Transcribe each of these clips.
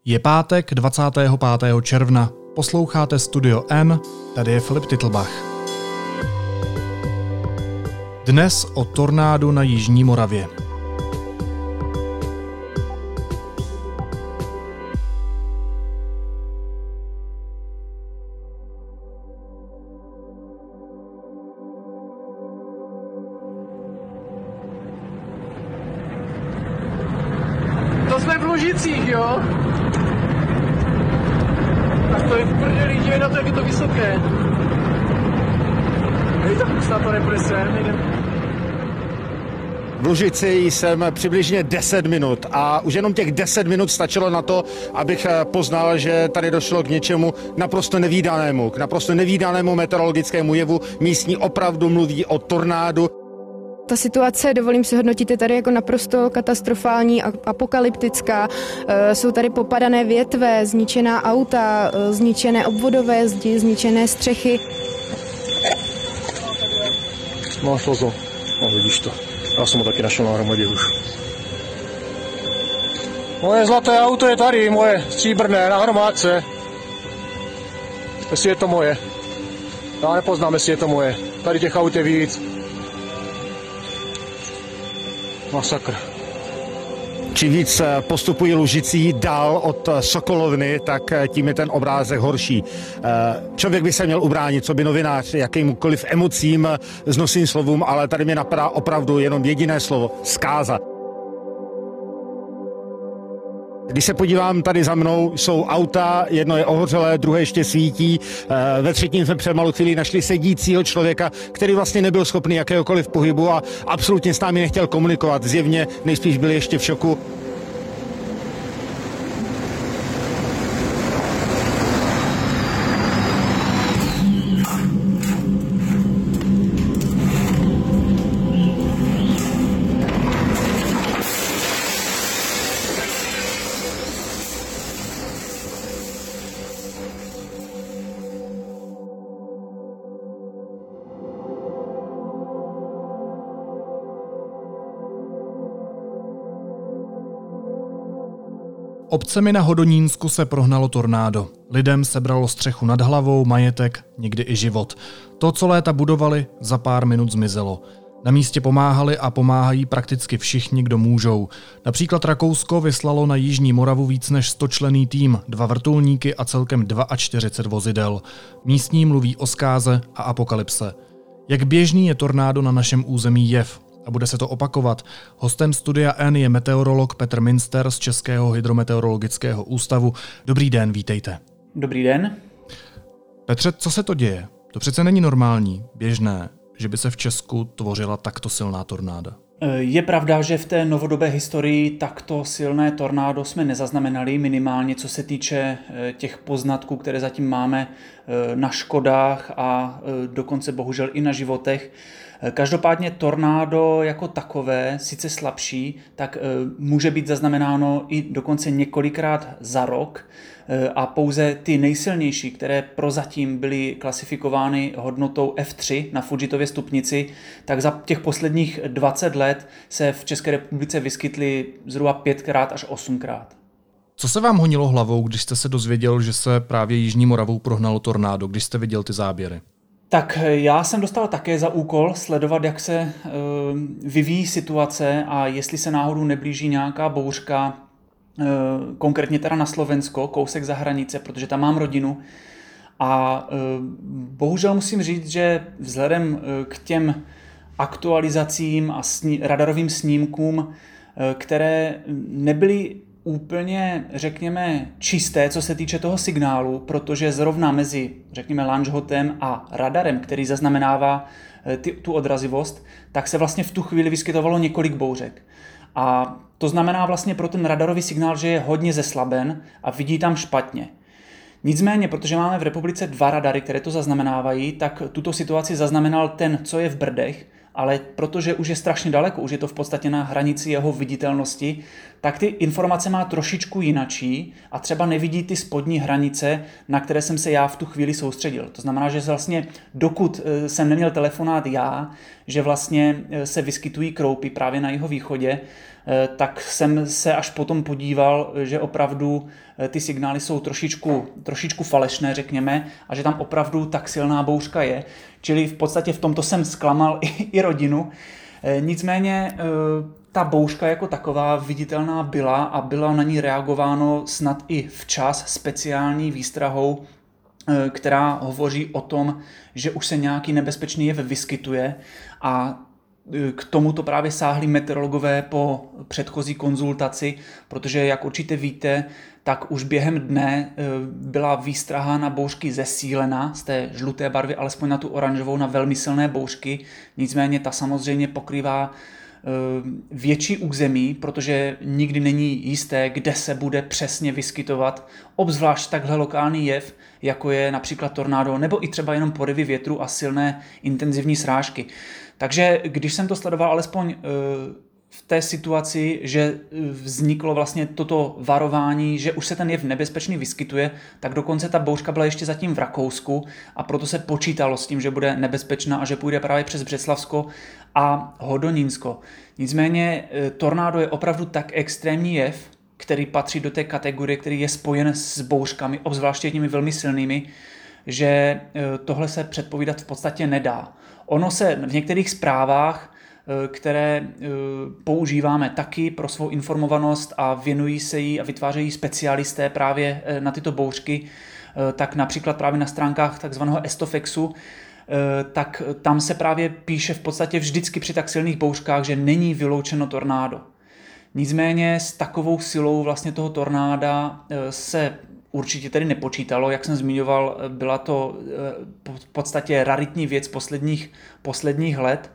Je pátek 25. června. Posloucháte Studio N, tady je Filip Titlbach. Dnes o tornádu na jižní Moravě. To jsme v Lužicích, jo? Tak to je v prdeli, dívej na to, jak je to vysoké. Hej, tak už na to nepůjde sem, nejdem. V Lužici jsem přibližně 10 minut a už jenom těch 10 minut stačilo na to, abych poznal, že tady došlo k něčemu naprosto nevídanému meteorologickému jevu. Místní opravdu mluví o tornádu. Ta situace, dovolím si hodnotit, je tady jako naprosto katastrofální, apokalyptická. Jsou tady popadané větve, zničená auta, zničené obvodové zdi, zničené střechy. Máš to. No vidíš to. Já jsem ho taky našel na hromadě už. Moje zlaté auto je tady, moje stříbrné, na hromádce. Jestli je to moje. Já nepoznám, jestli je to moje. Tady těch aut je víc. Masakr. Čím víc postupují Lužicí dál od Sokolovny, tak tím je ten obrázek horší. Člověk by se měl ubránit, co by novinář, jakýmkoliv emocím, znosným slovům, ale tady mě napadá opravdu jenom jediné slovo – zkáza. Když se podívám, tady za mnou jsou auta, jedno je ohořelé, druhé ještě svítí. Ve třetím jsme před malou chvílí našli sedícího člověka, který vlastně nebyl schopný jakéhokoliv pohybu a absolutně s námi nechtěl komunikovat. Zjevně nejspíš byl ještě v šoku. Obcemi na Hodonínsku se prohnalo tornádo. Lidem sebralo střechu nad hlavou, majetek, někdy i život. To, co léta budovali, za pár minut zmizelo. Na místě pomáhali a pomáhají prakticky všichni, kdo můžou. Například Rakousko vyslalo na jižní Moravu víc než 100členný tým, 2 vrtulníky a celkem 42 vozidel. Místní mluví o zkáze a apokalypse. Jak běžný je tornádo na našem území jev? A bude se to opakovat. Hostem Studia N je meteorolog Petr Münster z Českého hydrometeorologického ústavu. Dobrý den, vítejte. Dobrý den. Petře, co se to děje? To přece není normální, běžné, že by se v Česku tvořila takto silná tornáda. Je pravda, že v té novodobé historii takto silné tornádo jsme nezaznamenali, minimálně co se týče těch poznatků, které zatím máme na škodách a dokonce bohužel i na životech. Každopádně tornádo jako takové, sice slabší, tak může být zaznamenáno i dokonce několikrát za rok a pouze ty nejsilnější, které prozatím byly klasifikovány hodnotou F3 na Fuggitově stupnici, tak za těch posledních 20 let se v České republice vyskytly zhruba 5x až 8x. Co se vám honilo hlavou, když jste se dozvěděl, že se právě jižní Moravou prohnalo tornádo, když jste viděl ty záběry? Tak já jsem dostal také za úkol sledovat, jak se vyvíjí situace a jestli se náhodou neblíží nějaká bouřka, konkrétně teda na Slovensko, kousek za hranice, protože tam mám rodinu. A bohužel musím říct, že vzhledem k těm aktualizacím a radarovým snímkům, které nebyly úplně, řekněme, čisté, co se týče toho signálu, protože zrovna mezi, řekněme, Lanžhotem a radarem, který zaznamenává tu odrazivost, tak se vlastně v tu chvíli vyskytovalo několik bouřek. A to znamená vlastně pro ten radarový signál, že je hodně zeslaben a vidí tam špatně. Nicméně, protože máme v republice 2 radary, které to zaznamenávají, tak tuto situaci zaznamenal ten, co je v Brdech, ale protože už je strašně daleko, už je to v podstatě na hranici jeho viditelnosti, tak ty informace má trošičku jinačí a třeba nevidí ty spodní hranice, na které jsem se já v tu chvíli soustředil. To znamená, že vlastně dokud jsem neměl telefonát já, že vlastně se vyskytují kroupy právě na jeho východě, tak jsem se až potom podíval, že opravdu ty signály jsou trošičku falešné, řekněme, a že tam opravdu tak silná bouřka je. Čili v podstatě v tomto jsem zklamal i rodinu. Nicméně ta bouřka jako taková viditelná byla a bylo na ní reagováno snad i včas speciální výstrahou, která hovoří o tom, že už se nějaký nebezpečný jev vyskytuje, a k tomuto právě sáhli meteorologové po předchozí konzultaci, protože jak určitě víte, tak už během dne byla výstraha na bouřky zesílena z té žluté barvy alespoň na tu oranžovou, na velmi silné bouřky. Nicméně ta samozřejmě pokrývá větší území, protože nikdy není jisté, kde se bude přesně vyskytovat, obzvlášť takhle lokální jev, jako je například tornádo, nebo i třeba jenom porivy větru a silné intenzivní srážky. Takže když jsem to sledoval alespoň v té situaci, že vzniklo vlastně toto varování, že už se ten jev nebezpečný vyskytuje, tak dokonce ta bouřka byla ještě zatím v Rakousku a proto se počítalo s tím, že bude nebezpečná a že půjde právě přes Břeclavsko a Hodonínsko. Nicméně tornádo je opravdu tak extrémní jev, který patří do té kategorie, který je spojen s bouřkami, obzvláště těmi velmi silnými, že tohle se předpovídat v podstatě nedá. Ono se v některých zprávách, které používáme taky pro svou informovanost a věnují se jí a vytvářejí specialisté právě na tyto bouřky, tak například právě na stránkách takzvaného Estofexu, tak tam se právě píše v podstatě vždycky při tak silných bouřkách, že není vyloučeno tornádo. Nicméně s takovou silou vlastně toho tornáda se určitě tedy nepočítalo, jak jsem zmiňoval, byla to v podstatě raritní věc posledních let.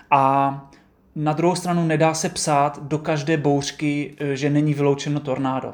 A na druhou stranu nedá se psát do každé bouřky, že není vyloučeno tornádo.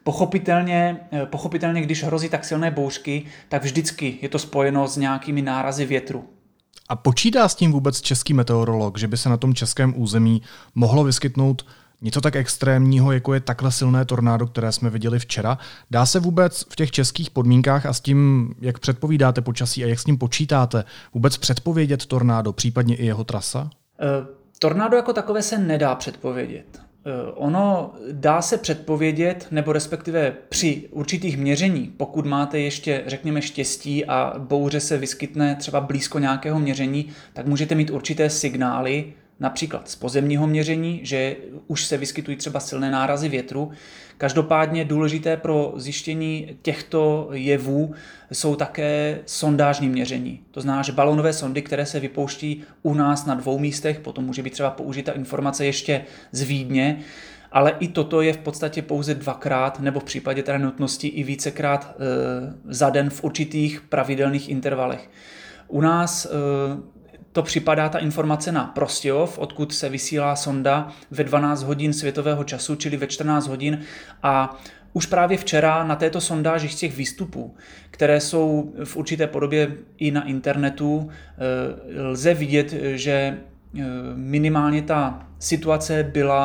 Pochopitelně, když hrozí tak silné bouřky, tak vždycky je to spojeno s nějakými nárazy větru. A počítá s tím vůbec český meteorolog, že by se na tom českém území mohlo vyskytnout něco tak extrémního, jako je takhle silné tornádo, které jsme viděli včera? Dá se vůbec v těch českých podmínkách a s tím, jak předpovídáte počasí a jak s ním počítáte, vůbec předpovědět tornádo, případně i jeho trasa? Tornádo jako takové se nedá předpovědět. Ono dá se předpovědět, nebo respektive při určitých měření, pokud máte ještě, řekněme, štěstí a bouře se vyskytne třeba blízko nějakého měření, tak můžete mít určité signály, například z pozemního měření, že už se vyskytují třeba silné nárazy větru. Každopádně důležité pro zjištění těchto jevů jsou také sondážní měření. To znamená, že balonové sondy, které se vypouští u nás na 2 místech, potom může být třeba použita informace ještě z Vídně, ale i toto je v podstatě pouze 2krát, nebo v případě teda nutnosti i vícekrát za den v určitých pravidelných intervalech. U nás to připadá ta informace na Prostějov, odkud se vysílá sonda ve 12 hodin světového času, čili ve 14 hodin. A už právě včera na této sondáži z těch výstupů, které jsou v určité podobě i na internetu, lze vidět, že minimálně ta situace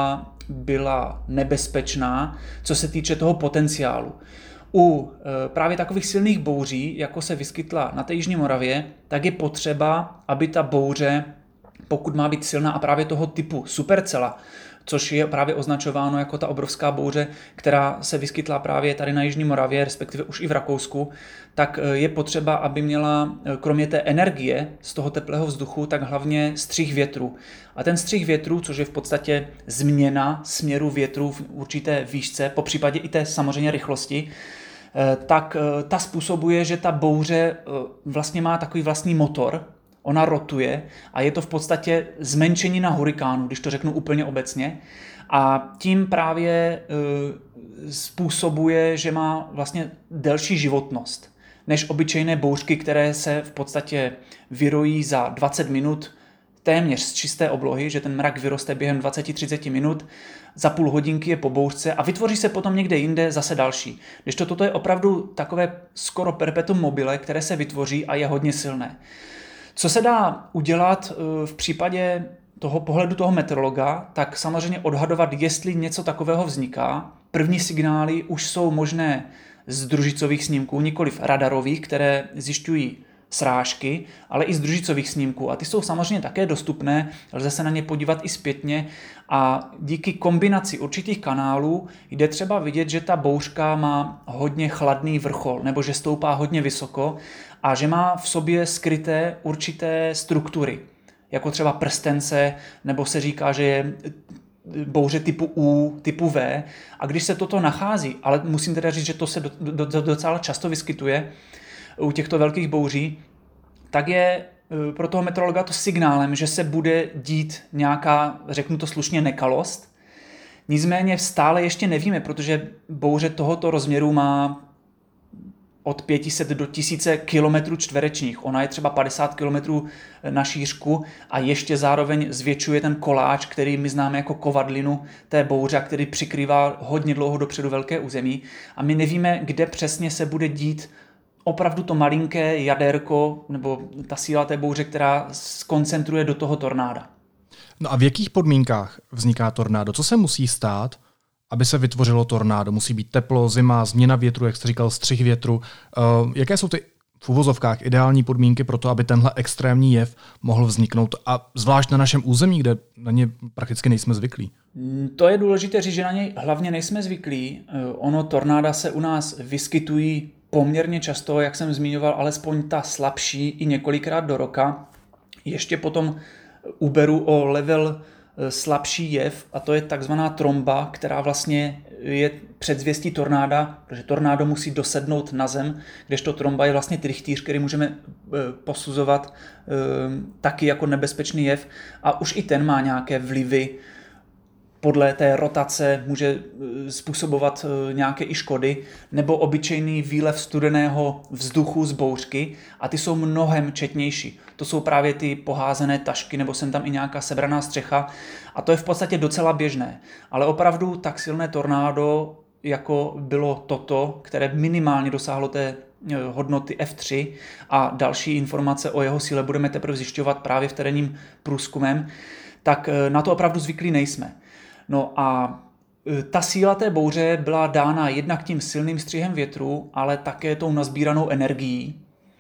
byla nebezpečná, co se týče toho potenciálu. U právě takových silných bouří, jako se vyskytla na té Jižní Moravě, tak je potřeba, aby ta bouře, pokud má být silná a právě toho typu supercella, což je právě označováno jako ta obrovská bouře, která se vyskytla právě tady na Jižní Moravě, respektive už i v Rakousku, tak je potřeba, aby měla kromě té energie z toho teplého vzduchu, tak hlavně střih větru. A ten střih větru, což je v podstatě změna směru větru v určité výšce, popřípadě i té samozřejmě rychlosti, tak ta způsobuje, že ta bouře vlastně má takový vlastní motor, ona rotuje a je to v podstatě zmenšenina hurikánu, když to řeknu úplně obecně. A tím právě způsobuje, že má vlastně delší životnost než obyčejné bouřky, které se v podstatě vyrojí za 20 minut téměř z čisté oblohy, že ten mrak vyroste během 20-30 minut, za půl hodinky je po bouřce a vytvoří se potom někde jinde zase další. Když toto je opravdu takové skoro perpetuum mobile, které se vytvoří a je hodně silné. Co se dá udělat v případě toho pohledu toho meteorologa, tak samozřejmě odhadovat, jestli něco takového vzniká. První signály už jsou možné z družicových snímků, nikoliv radarových, které zjišťují srážky, ale i z družicových snímků. A ty jsou samozřejmě také dostupné, lze se na ně podívat i zpětně a díky kombinaci určitých kanálů jde třeba vidět, že ta bouřka má hodně chladný vrchol nebo že stoupá hodně vysoko a že má v sobě skryté určité struktury, jako třeba prstence, nebo se říká, že je bouře typu U, typu V. A když se toto nachází, ale musím teda říct, že to se docela často vyskytuje u těchto velkých bouří, tak je pro toho meteorologa to signálem, že se bude dít nějaká, řeknu to slušně, nekalost. Nicméně stále ještě nevíme, protože bouře tohoto rozměru má od 500 do 1000 km čtverečních. Ona je třeba 50 km na šířku a ještě zároveň zvětšuje ten koláč, který my známe jako kovadlinu té bouře, který přikrývá hodně dlouho dopředu velké území. A my nevíme, kde přesně se bude dít opravdu to malinké jadérko nebo ta síla té bouře, která skoncentruje do toho tornáda. No a v jakých podmínkách vzniká tornádo? Co se musí stát, aby se vytvořilo tornádo? Musí být teplo, zima, změna větru, jak jste říkal, střih větru. Jaké jsou ty v uvozovkách ideální podmínky pro to, aby tenhle extrémní jev mohl vzniknout? A zvlášť na našem území, kde na ně prakticky nejsme zvyklí. To je důležité říct, že na něj hlavně nejsme zvyklí. Ono tornáda se u nás vyskytují poměrně často, jak jsem zmiňoval, alespoň ta slabší i několikrát do roka. Ještě potom uberu o level slabší jev a to je takzvaná tromba, která vlastně je předzvěstí tornáda, protože tornádo musí dosednout na zem, kdežto tromba je vlastně trychtýř, který můžeme posuzovat taky jako nebezpečný jev a už i ten má nějaké vlivy. Podle té rotace může způsobovat nějaké i škody, nebo obyčejný výlev studeného vzduchu z bouřky a ty jsou mnohem četnější. To jsou právě ty poházené tašky, nebo sem tam i nějaká sebraná střecha a to je v podstatě docela běžné. Ale opravdu tak silné tornádo, jako bylo toto, které minimálně dosáhlo té hodnoty F3 a další informace o jeho síle budeme teprve zjišťovat právě v terénním průzkumem, tak na to opravdu zvyklí nejsme. No a ta síla té bouře byla dána jednak tím silným střihem větru, ale také tou nazbíranou energií,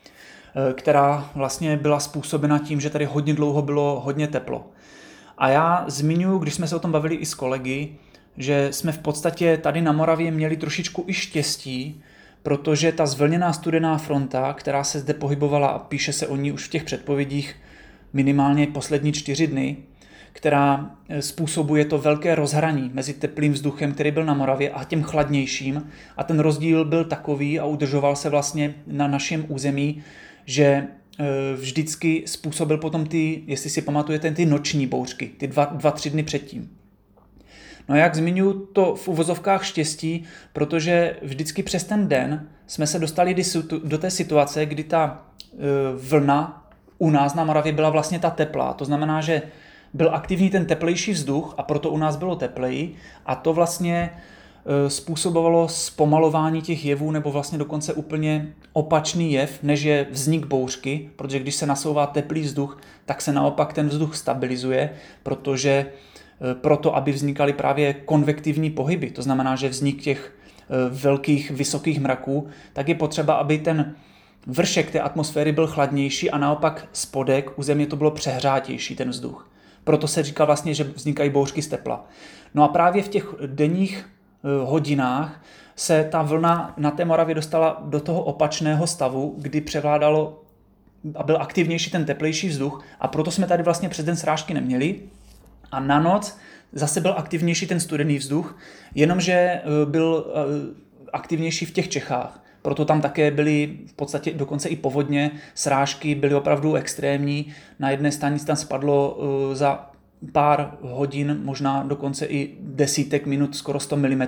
která vlastně byla způsobena tím, že tady hodně dlouho bylo hodně teplo. A já zmiňuji, když jsme se o tom bavili i s kolegy, že jsme v podstatě tady na Moravě měli trošičku i štěstí, protože ta zvlněná studená fronta, která se zde pohybovala a píše se o ní už v těch předpovědích minimálně poslední 4 dny, která způsobuje to velké rozhraní mezi teplým vzduchem, který byl na Moravě, a tím chladnějším. A ten rozdíl byl takový a udržoval se vlastně na našem území, že vždycky způsobil potom ty, jestli si pamatujete, ty noční bouřky, ty 2-3 dny předtím. No a jak zmiňuji to v uvozovkách štěstí, protože vždycky přes ten den jsme se dostali do té situace, kdy ta vlna u nás na Moravě byla vlastně ta teplá. To znamená, že byl aktivní ten teplejší vzduch a proto u nás bylo tepleji a to vlastně způsobovalo zpomalování těch jevů nebo vlastně dokonce úplně opačný jev, než je vznik bouřky, protože když se nasouvá teplý vzduch, tak se naopak ten vzduch stabilizuje, protože proto, aby vznikaly právě konvektivní pohyby, to znamená, že vznik těch velkých, vysokých mraků, tak je potřeba, aby ten vršek té atmosféry byl chladnější a naopak spodek u země to bylo přehřátější ten vzduch. Proto se říká vlastně, že vznikají bouřky z tepla. No a právě v těch denních hodinách se ta vlna na té Moravě dostala do toho opačného stavu, kdy převládalo a byl aktivnější ten teplejší vzduch a proto jsme tady vlastně přes den srážky neměli. A na noc zase byl aktivnější ten studený vzduch, jenomže byl aktivnější v těch Čechách. Proto tam také byly v podstatě dokonce i povodně, srážky byly opravdu extrémní. Na jedné stanici tam spadlo za pár hodin, možná dokonce i desítek minut, skoro 100 mm.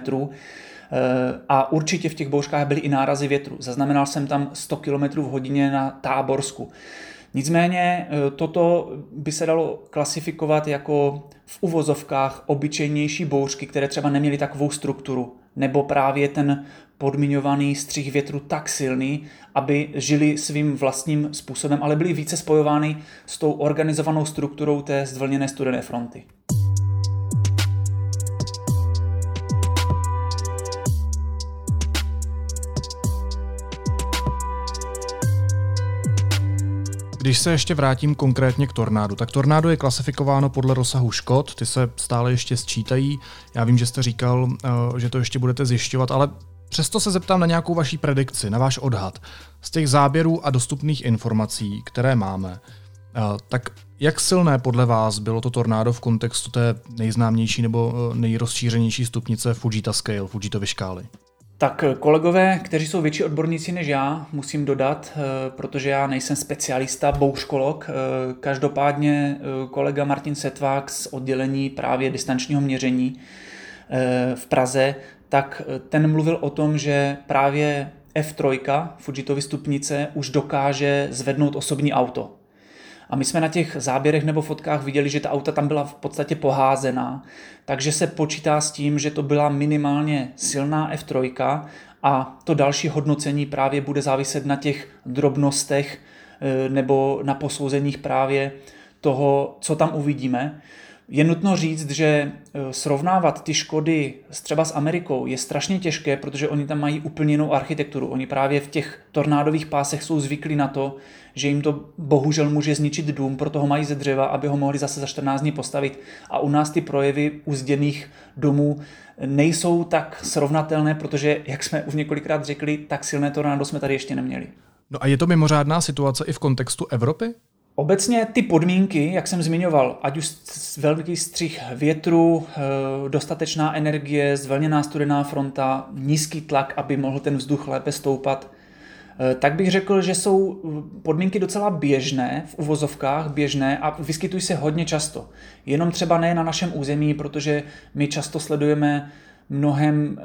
A určitě v těch bouřkách byly i nárazy větru. Zaznamenal jsem tam 100 km v hodině na Táborsku. Nicméně toto by se dalo klasifikovat jako v uvozovkách obyčejnější bouřky, které třeba neměly takovou strukturu, nebo právě ten podmiňovaný střih větru tak silný, aby žili svým vlastním způsobem, ale byly více spojovány s tou organizovanou strukturou té zvlněné studené fronty. Když se ještě vrátím konkrétně k tornádu, tak tornádo je klasifikováno podle rozsahu škod, ty se stále ještě sčítají. Já vím, že jste říkal, že to ještě budete zjišťovat, ale přesto se zeptám na nějakou vaší predikci, na váš odhad. Z těch záběrů a dostupných informací, které máme, tak jak silné podle vás bylo to tornádo v kontextu té nejznámější nebo nejrozšířenější stupnice Fujitovy škály? Tak kolegové, kteří jsou větší odborníci než já, musím dodat, protože já nejsem specialista, bouřkolog. Každopádně kolega Martin Setvák z oddělení právě distančního měření v Praze, tak ten mluvil o tom, že právě F3, Fujitovy stupnice, už dokáže zvednout osobní auto. A my jsme na těch záběrech nebo fotkách viděli, že ta auta tam byla v podstatě poházená, takže se počítá s tím, že to byla minimálně silná F3 a to další hodnocení právě bude záviset na těch drobnostech nebo na posouzeních právě toho, co tam uvidíme. Je nutno říct, že srovnávat ty škody třeba s Amerikou je strašně těžké, protože oni tam mají úplně jinou architekturu. Oni právě v těch tornádových pásech jsou zvyklí na to, že jim to bohužel může zničit dům, proto ho mají ze dřeva, aby ho mohli zase za 14 dní postavit. A u nás ty projevy uzděných domů nejsou tak srovnatelné, protože, jak jsme už několikrát řekli, tak silné tornádo jsme tady ještě neměli. No a je to mimořádná situace i v kontextu Evropy? Obecně ty podmínky, jak jsem zmiňoval, ať už velký střih větru, dostatečná energie, zvlněná studená fronta, nízký tlak, aby mohl ten vzduch lépe stoupat, tak bych řekl, že jsou podmínky docela běžné, v uvozovkách běžné a vyskytují se hodně často. Jenom třeba ne na našem území, protože my často sledujeme mnohem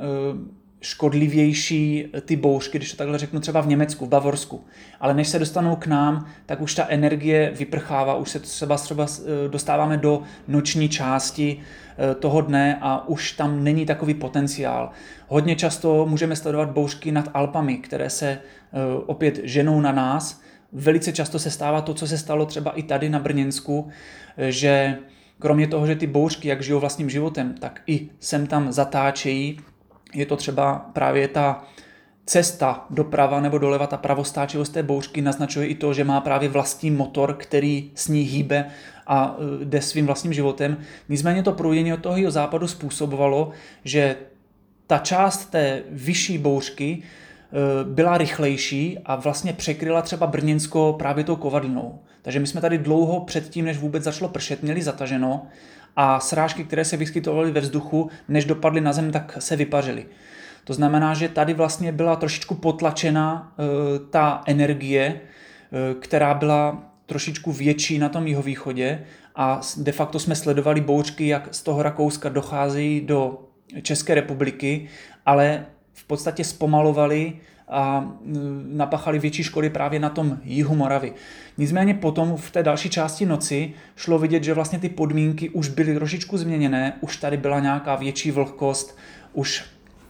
škodlivější ty bouřky, když to takhle řeknu, třeba v Německu, v Bavorsku. Ale než se dostanou k nám, tak už ta energie vyprchává, už se třeba dostáváme do noční části toho dne a už tam není takový potenciál. Hodně často můžeme sledovat bouřky nad Alpami, které se opět ženou na nás. Velice často se stává to, co se stalo třeba i tady na Brněnsku, že kromě toho, že ty bouřky, jak žijou vlastním životem, tak i sem tam zatáčejí. Je to třeba právě ta cesta doprava nebo doleva, ta pravostáčivost té bouřky naznačuje i to, že má právě vlastní motor, který s ní hýbe a jde svým vlastním životem. Nicméně to proudění od toho jihozápadu způsobovalo, že ta část té vyšší bouřky byla rychlejší a vlastně překryla třeba Brněnsko právě tou kovadlinou. Takže my jsme tady dlouho předtím, než vůbec začalo pršet, měli zataženo a srážky, které se vyskytovaly ve vzduchu, než dopadly na zem, tak se vypařily. To znamená, že tady vlastně byla trošičku potlačena ta energie, která byla trošičku větší na tom jihovýchodě a de facto jsme sledovali bouřky, jak z toho Rakouska docházejí do České republiky, ale v podstatě zpomalovali a napáchali větší škody právě na tom jihu Moravy. Nicméně potom v té další části noci šlo vidět, že vlastně ty podmínky už byly trošičku změněné, už tady byla nějaká větší vlhkost, už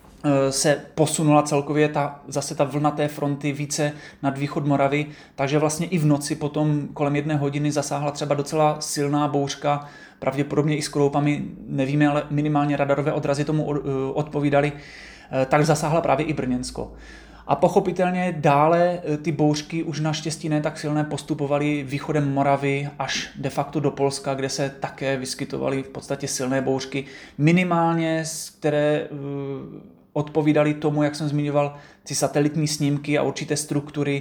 se posunula celkově zase ta vlna té fronty více nad východ Moravy, takže vlastně i v noci potom kolem 1 hodiny zasáhla třeba docela silná bouřka, pravděpodobně i s kroupami, nevíme, ale minimálně radarové odrazy tomu odpovídaly, tak zasáhla právě i Brněnsko. A pochopitelně dále ty bouřky už naštěstí ne tak silné postupovaly východem Moravy až de facto do Polska, kde se také vyskytovaly v podstatě silné bouřky, minimálně které odpovídaly tomu, jak jsem zmiňoval, ty satelitní snímky a určité struktury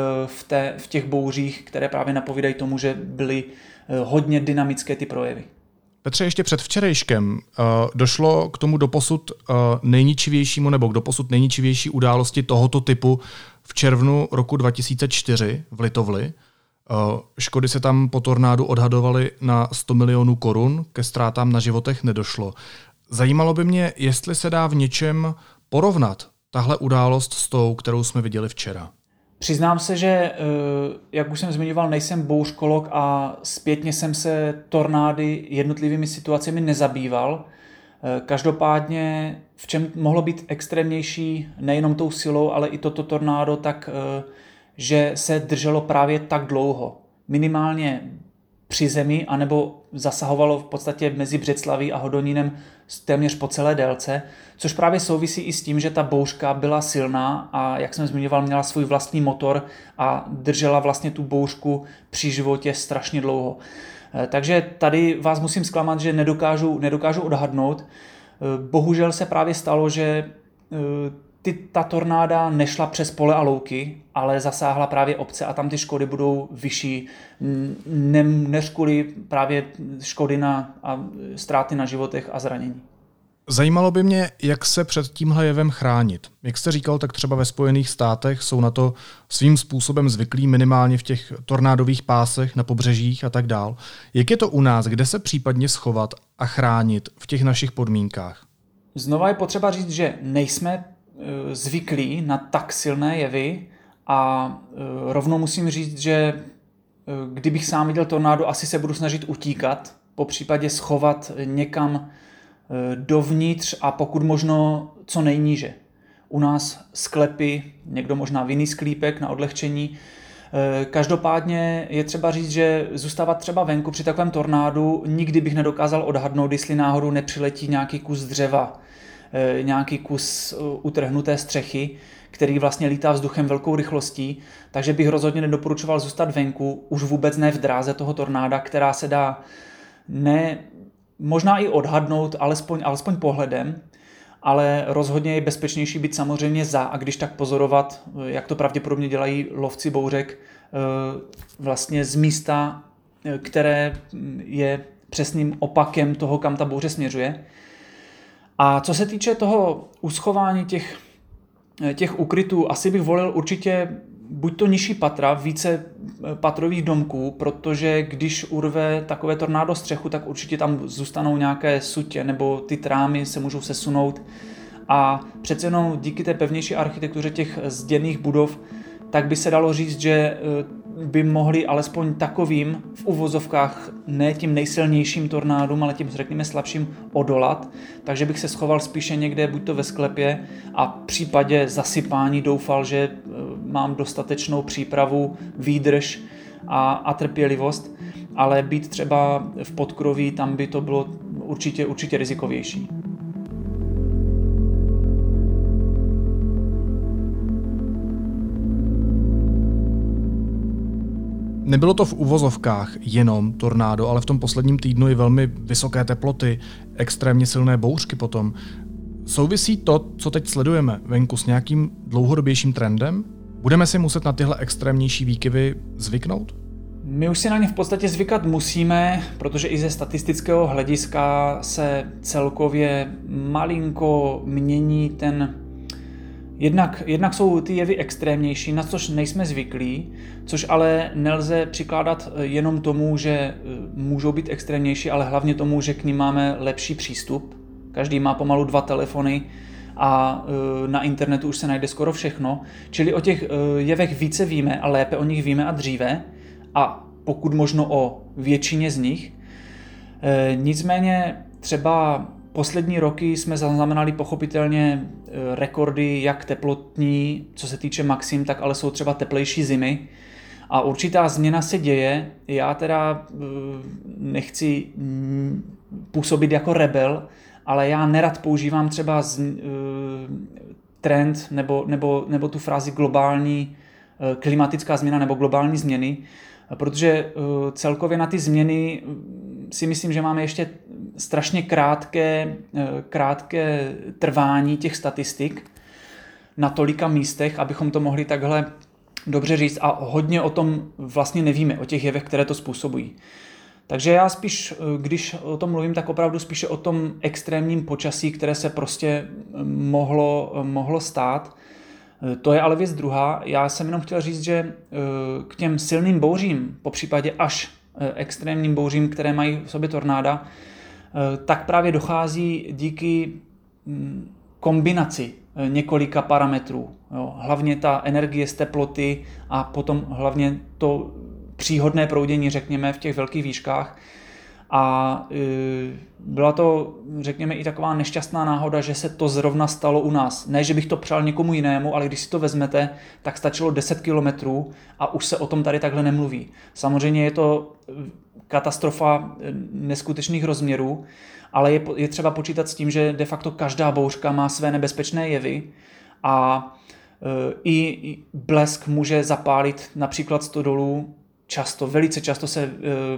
v těch bouřích, které právě napovídají tomu, že byly hodně dynamické ty projevy. Petře, ještě před včerejškem došlo k tomu doposud nejničivějšímu nebo k doposud nejničivější události tohoto typu v červnu roku 2004 v Litovli. Škody se tam po tornádu odhadovaly na 100 milionů korun, ke ztrátám na životech nedošlo. Zajímalo by mě, jestli se dá v něčem porovnat tahle událost s tou, kterou jsme viděli včera. Přiznám se, že, jak už jsem zmiňoval, nejsem bouřkolog a zpětně jsem se tornády jednotlivými situacemi nezabýval. Každopádně, v čem mohlo být extrémnější nejenom tou silou, ale i toto tornádo, tak že se drželo právě tak dlouho. Minimálně při zemi, anebo zasahovalo v podstatě mezi Břeclaví a Hodonínem téměř po celé délce, což právě souvisí i s tím, že ta bouřka byla silná a jak jsem zmiňoval, měla svůj vlastní motor a držela vlastně tu bouřku při životě strašně dlouho. Takže tady vás musím zklamat, že nedokážu odhadnout. Bohužel se právě stalo, že ta tornáda nešla přes pole a louky, ale zasáhla právě obce a tam ty škody budou vyšší, než kvůli právě škody a ztráty na životech a zranění. Zajímalo by mě, jak se před tímhle jevem chránit. Jak jste říkal, tak třeba ve Spojených státech jsou na to svým způsobem zvyklí minimálně v těch tornádových pásech, na pobřežích a tak dál. Jak je to u nás, kde se případně schovat a chránit v těch našich podmínkách? Znova je potřeba říct, že nejsme zvyklí na tak silné jevy a rovnou musím říct, že kdybych sám viděl tornádo, asi se budu snažit utíkat, popřípadě schovat někam dovnitř a pokud možno co nejníže. U nás sklepy, někdo možná vinný sklípek na odlehčení. Každopádně je třeba říct, že zůstávat třeba venku při takovém tornádu nikdy bych nedokázal odhadnout, jestli náhodou nepřiletí nějaký kus dřeva, nějaký kus utrhnuté střechy, který vlastně lítá vzduchem velkou rychlostí, takže bych rozhodně nedoporučoval zůstat venku, už vůbec ne v dráze toho tornáda, která se dá možná i odhadnout, alespoň pohledem, ale rozhodně je bezpečnější být samozřejmě za a když tak pozorovat, jak to pravděpodobně dělají lovci bouřek, vlastně z místa, které je přesným opakem toho, kam ta bouře směřuje. A co se týče toho uschování těch ukrytů, asi bych volil určitě buď to nižší patra, více patrových domků, protože když urve takové tornádo střechu, tak určitě tam zůstanou nějaké sutě nebo ty trámy se můžou sesunout. A přece jenom díky té pevnější architektuře těch zděných budov, tak by se dalo říct, že by mohli alespoň takovým v uvozovkách ne tím nejsilnějším tornádům, ale tím řekněme slabším odolat. Takže bych se schoval spíše někde buď to ve sklepě a v případě zasypání doufal, že mám dostatečnou přípravu, výdrž a trpělivost, ale být třeba v podkroví, tam by to bylo určitě rizikovější. Nebylo to v uvozovkách jenom tornádo, ale v tom posledním týdnu i velmi vysoké teploty, extrémně silné bouřky potom. Souvisí to, co teď sledujeme venku, s nějakým dlouhodobějším trendem? Budeme si muset na tyhle extrémnější výkyvy zvyknout? My už si na ně v podstatě zvykat musíme, protože i ze statistického hlediska se celkově malinko mění ten. Jednak jsou ty jevy extrémnější, na což nejsme zvyklí, což ale nelze přikládat jenom tomu, že můžou být extrémnější, ale hlavně tomu, že k nim máme lepší přístup. Každý má pomalu 2 telefony a na internetu už se najde skoro všechno. Čili o těch jevech více víme a lépe o nich víme a dříve a pokud možno o většině z nich. Nicméně třeba poslední roky jsme zaznamenali pochopitelně rekordy jak teplotní, co se týče maxim, tak ale jsou třeba teplejší zimy. A určitá změna se děje. Já teda nechci působit jako rebel, ale já nerad používám třeba trend nebo tu frázi globální klimatická změna nebo globální změny, protože celkově na ty změny si myslím, že máme ještě strašně krátké trvání těch statistik na tolika místech, abychom to mohli takhle dobře říct a hodně o tom vlastně nevíme, o těch jevech, které to způsobují. Takže já spíš, když o tom mluvím, tak opravdu spíše o tom extrémním počasí, které se prostě mohlo stát. To je ale věc druhá. Já jsem jenom chtěl říct, že k těm silným bouřím, popřípadě až extrémním bouřím, které mají v sobě tornáda, tak právě dochází díky kombinaci několika parametrů. Jo. Hlavně ta energie z teploty a potom hlavně to příhodné proudění, řekněme, v těch velkých výškách. A byla to, řekněme, i taková nešťastná náhoda, že se to zrovna stalo u nás. Ne, že bych to přál někomu jinému, ale když si to vezmete, tak stačilo 10 kilometrů a už se o tom tady takhle nemluví. Samozřejmě je to katastrofa neskutečných rozměrů, ale je třeba počítat s tím, že de facto každá bouřka má své nebezpečné jevy a i blesk může zapálit například stodolů. Velice často se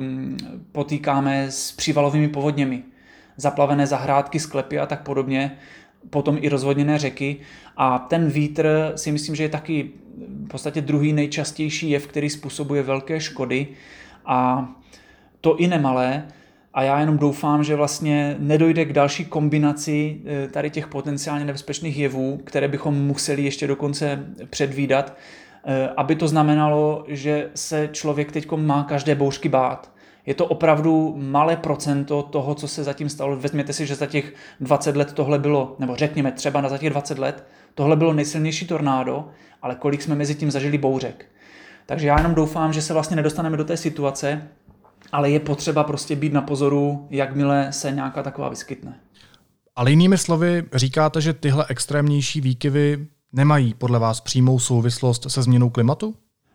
potýkáme s přívalovými povodněmi, zaplavené zahrádky, sklepy a tak podobně, potom i rozvodněné řeky. A ten vítr si myslím, že je taky v podstatě druhý nejčastější jev, který způsobuje velké škody a to i nemalé. A já jenom doufám, že vlastně nedojde k další kombinaci tady těch potenciálně nebezpečných jevů, které bychom museli ještě dokonce předvídat, aby to znamenalo, že se člověk teď má každé bouřky bát. Je to opravdu malé procento toho, co se zatím stalo. Vezměte si, že za těch 20 let tohle bylo, nebo řekněme třeba za těch 20 let, tohle bylo nejsilnější tornádo, ale kolik jsme mezi tím zažili bouřek. Takže já jenom doufám, že se vlastně nedostaneme do té situace, ale je potřeba prostě být na pozoru, jakmile se nějaká taková vyskytne. Ale jinými slovy říkáte, že tyhle extrémnější výkyvy nemají podle vás přímou souvislost se změnou klimatu?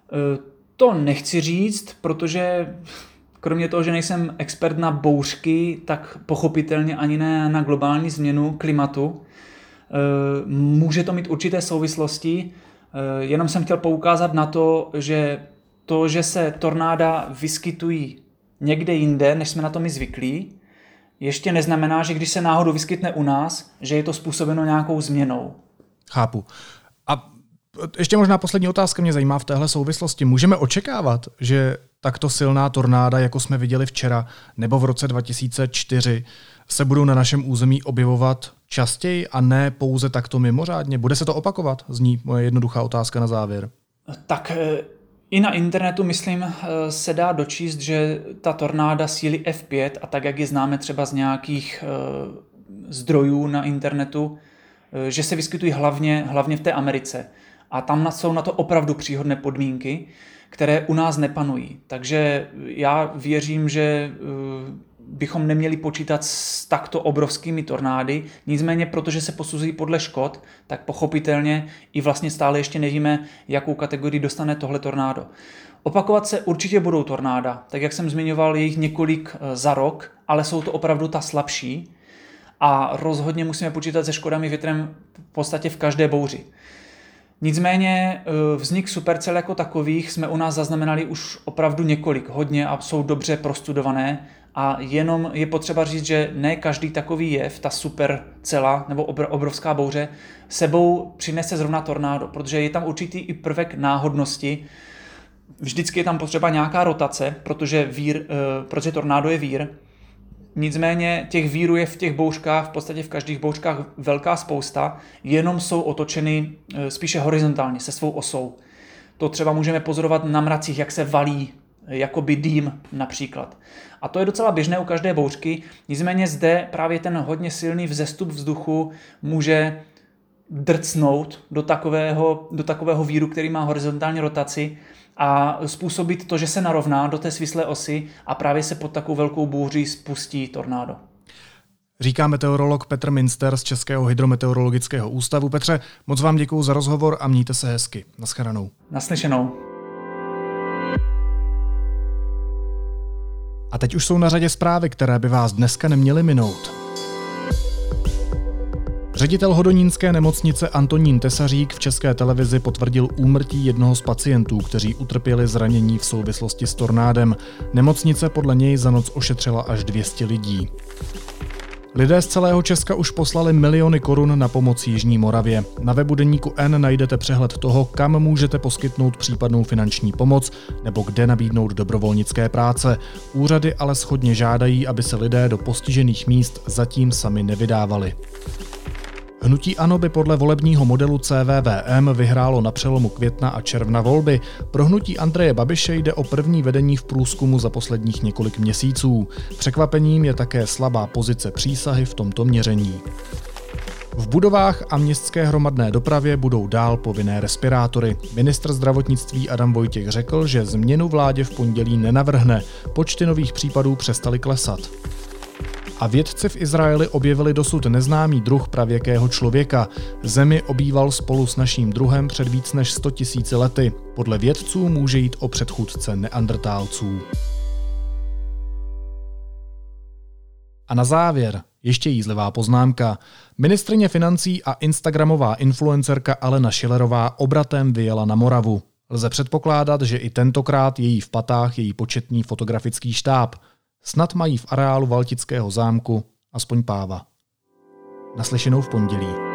To nechci říct, protože kromě toho, že nejsem expert na bouřky, tak pochopitelně ani ne na globální změnu klimatu. Může to mít určité souvislosti, jenom jsem chtěl poukázat na to, že se tornáda vyskytují někde jinde, než jsme na to my zvyklí, ještě neznamená, že když se náhodou vyskytne u nás, že je to způsobeno nějakou změnou. Chápu. A ještě možná poslední otázka mě zajímá v téhle souvislosti. Můžeme očekávat, že takto silná tornáda, jako jsme viděli včera nebo v roce 2004, se budou na našem území objevovat častěji a ne pouze takto mimořádně? Bude se to opakovat? Zní moje jednoduchá otázka na závěr. Tak i na internetu, myslím, se dá dočíst, že ta tornáda síly F5 a tak, jak je známe třeba z nějakých zdrojů na internetu, že se vyskytují hlavně v té Americe. A tam jsou na to opravdu příhodné podmínky, které u nás nepanují. Takže já věřím, že bychom neměli počítat s takto obrovskými tornády. Nicméně, protože se posuzují podle škod, tak pochopitelně i vlastně stále ještě nevíme, jakou kategorii dostane tohle tornádo. Opakovat se určitě budou tornáda. Tak jak jsem zmiňoval, je jich několik za rok, ale jsou to opravdu ta slabší. A rozhodně musíme počítat se škodami větrem v podstatě v každé bouři. Nicméně vznik supercel jako takových jsme u nás zaznamenali už opravdu několik, hodně a jsou dobře prostudované a jenom je potřeba říct, že ne každý takový jev, ta supercela nebo obrovská bouře, sebou přinese zrovna tornádo, protože je tam určitý i prvek náhodnosti. Vždycky je tam potřeba nějaká rotace, protože tornádo je vír. Nicméně těch vírů je v těch bouřkách, v podstatě v každých bouřkách velká spousta, jenom jsou otočeny spíše horizontálně, se svou osou. To třeba můžeme pozorovat na mracích, jak se valí, jakoby dým například. A to je docela běžné u každé bouřky, nicméně zde právě ten hodně silný vzestup vzduchu může drcnout do takového víru, který má horizontální rotaci, a způsobit to, že se narovná do té svislé osy a právě se pod takovou velkou bouří spustí tornádo. Říká meteorolog Petr Minster z Českého hydrometeorologického ústavu. Petře, moc vám děkuju za rozhovor a mějte se hezky. Naschledanou. Naslyšenou. A teď už jsou na řadě zprávy, které by vás dneska neměly minout. Ředitel hodonínské nemocnice Antonín Tesařík v České televizi potvrdil úmrtí jednoho z pacientů, kteří utrpěli zranění v souvislosti s tornádem. Nemocnice podle něj za noc ošetřila až 200 lidí. Lidé z celého Česka už poslali miliony korun na pomoc Jižní Moravě. Na webu Deníku N najdete přehled toho, kam můžete poskytnout případnou finanční pomoc nebo kde nabídnout dobrovolnické práce. Úřady ale shodně žádají, aby se lidé do postižených míst zatím sami nevydávali. Hnutí ANO by podle volebního modelu CVVM vyhrálo na přelomu května a června volby. Pro hnutí Andreje Babiše jde o první vedení v průzkumu za posledních několik měsíců. Překvapením je také slabá pozice přísahy v tomto měření. V budovách a městské hromadné dopravě budou dál povinné respirátory. Ministr zdravotnictví Adam Vojtěch řekl, že změnu vládě v pondělí nenavrhne. Počty nových případů přestaly klesat. A vědci v Izraeli objevili dosud neznámý druh pravěkého člověka. Zemi obýval spolu s naším druhem před víc než 100 000 lety. Podle vědců může jít o předchůdce neandrtálců. A na závěr ještě jízlivá poznámka. Ministryně financí a instagramová influencerka Alena Schillerová obratem vyjela na Moravu. Lze předpokládat, že i tentokrát její v patách její početný fotografický štáb. Snad mají v areálu Valtického zámku aspoň páva. Naslyšenou v pondělí.